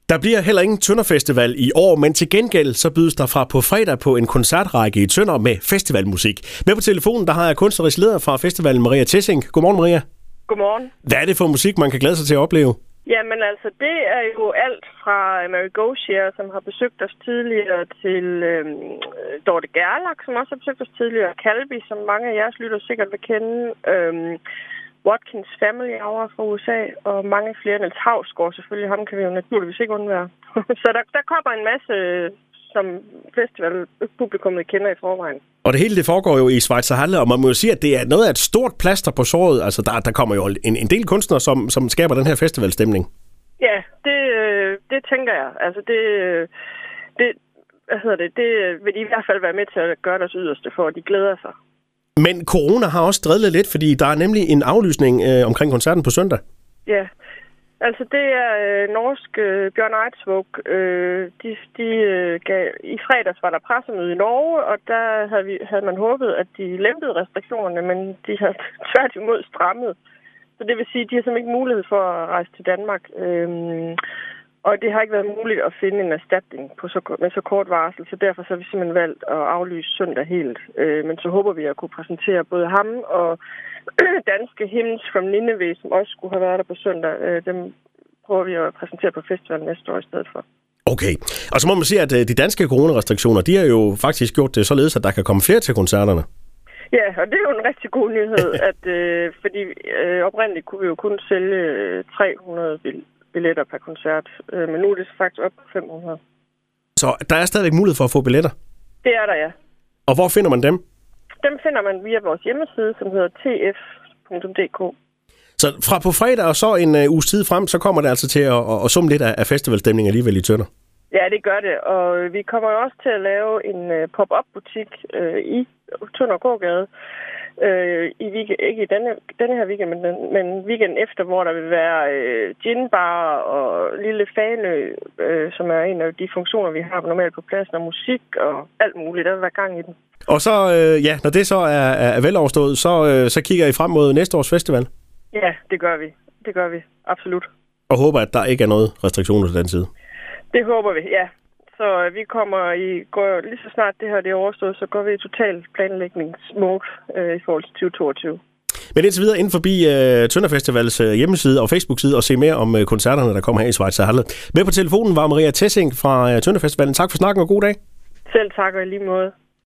Der bliver heller ingen Tønder-festival i år, men til gengæld så bydes der fra på fredag på en koncertrække i Tønder med festivalmusik. Med på telefonen, der har jeg kunstnerisk leder fra festivalen, Maria Tessing. Godmorgen, Maria. Godmorgen. Hvad er det for musik, man kan glæde sig til at opleve? Jamen altså, det er jo alt fra Mary Gauchier, som har besøgt os tidligere, til Dorte Gerlach, som også har besøgt os tidligere, Calvi, som mange af jeres lytter sikkert vil kende, Watkins Family Hour fra USA, og mange flere. Niels Hausgaard, selvfølgelig, ham kan vi jo naturligvis ikke undvære. Så der kommer en masse, som festivalpublikummet kender i forvejen. Og det hele det foregår jo i Schweizerhalle, og man må jo sige, at det er noget af et stort plaster på såret. Altså, der kommer jo en del kunstnere, som skaber den her festivalstemning. Ja, det tænker jeg. Altså, det vil de i hvert fald være med til at gøre deres yderste for, at de glæder sig. Men corona har også drillet lidt, fordi der er nemlig en aflysning omkring koncerten på søndag. Ja, altså det er norsk Bjørn Eidsvåg. I fredags var der pressemøde i Norge, og der havde man håbet, at de lempede restriktionerne, men de har tværtimod strammet. Så det vil sige, at de har simpelthen ikke mulighed for at rejse til Danmark. Og det har ikke været muligt at finde en erstatning med så kort varsel, så derfor så har vi simpelthen valgt at aflyse søndag helt. Men så håber vi at kunne præsentere både ham og danske Hymns from Nineveh, som også skulle have været der på søndag. Dem prøver vi at præsentere på festivalen næste år i stedet for. Okay, og så må man sige, at de danske coronarestriktioner, de har jo faktisk gjort det således, at der kan komme flere til koncerterne. Ja, og det er jo en rigtig god nyhed, at fordi oprindeligt kunne vi jo kun sælge 300 billetter per koncert, men nu er det faktisk op på 500. Så der er stadigvæk mulighed for at få billetter? Det er der, ja. Og hvor finder man dem? Dem finder man via vores hjemmeside, som hedder tf.dk. Så fra på fredag og så en uges tid frem, så kommer det altså til at summe lidt af festivalstemning alligevel i Tønder? Ja, det gør det, og vi kommer jo også til at lave en pop-up-butik i Tønder Gågade. Ikke i denne her weekend, men weekenden efter, hvor der vil være ginbar og lille Fanø, som er en af de funktioner, vi har normalt på pladsen, og musik og alt muligt. Der vil være gang i den. Og så, når det så er veloverstået, så kigger I frem mod næste års festival? Ja, det gør vi. Det gør vi. Absolut. Og håber, at der ikke er noget restriktioner til den side? Det håber vi, ja. Så vi går lige så snart det her det er overstået, så går vi i total planlægningsmode i forhold til 2022. Men indtil videre inden forbi Tønder Festivals hjemmeside og Facebook-side og se mere om koncerterne, der kommer her i Schweizerhalle. Med på telefonen var Maria Tessing fra Tønder Festivalen. Tak for snakken og god dag. Selv tak og i lige måde.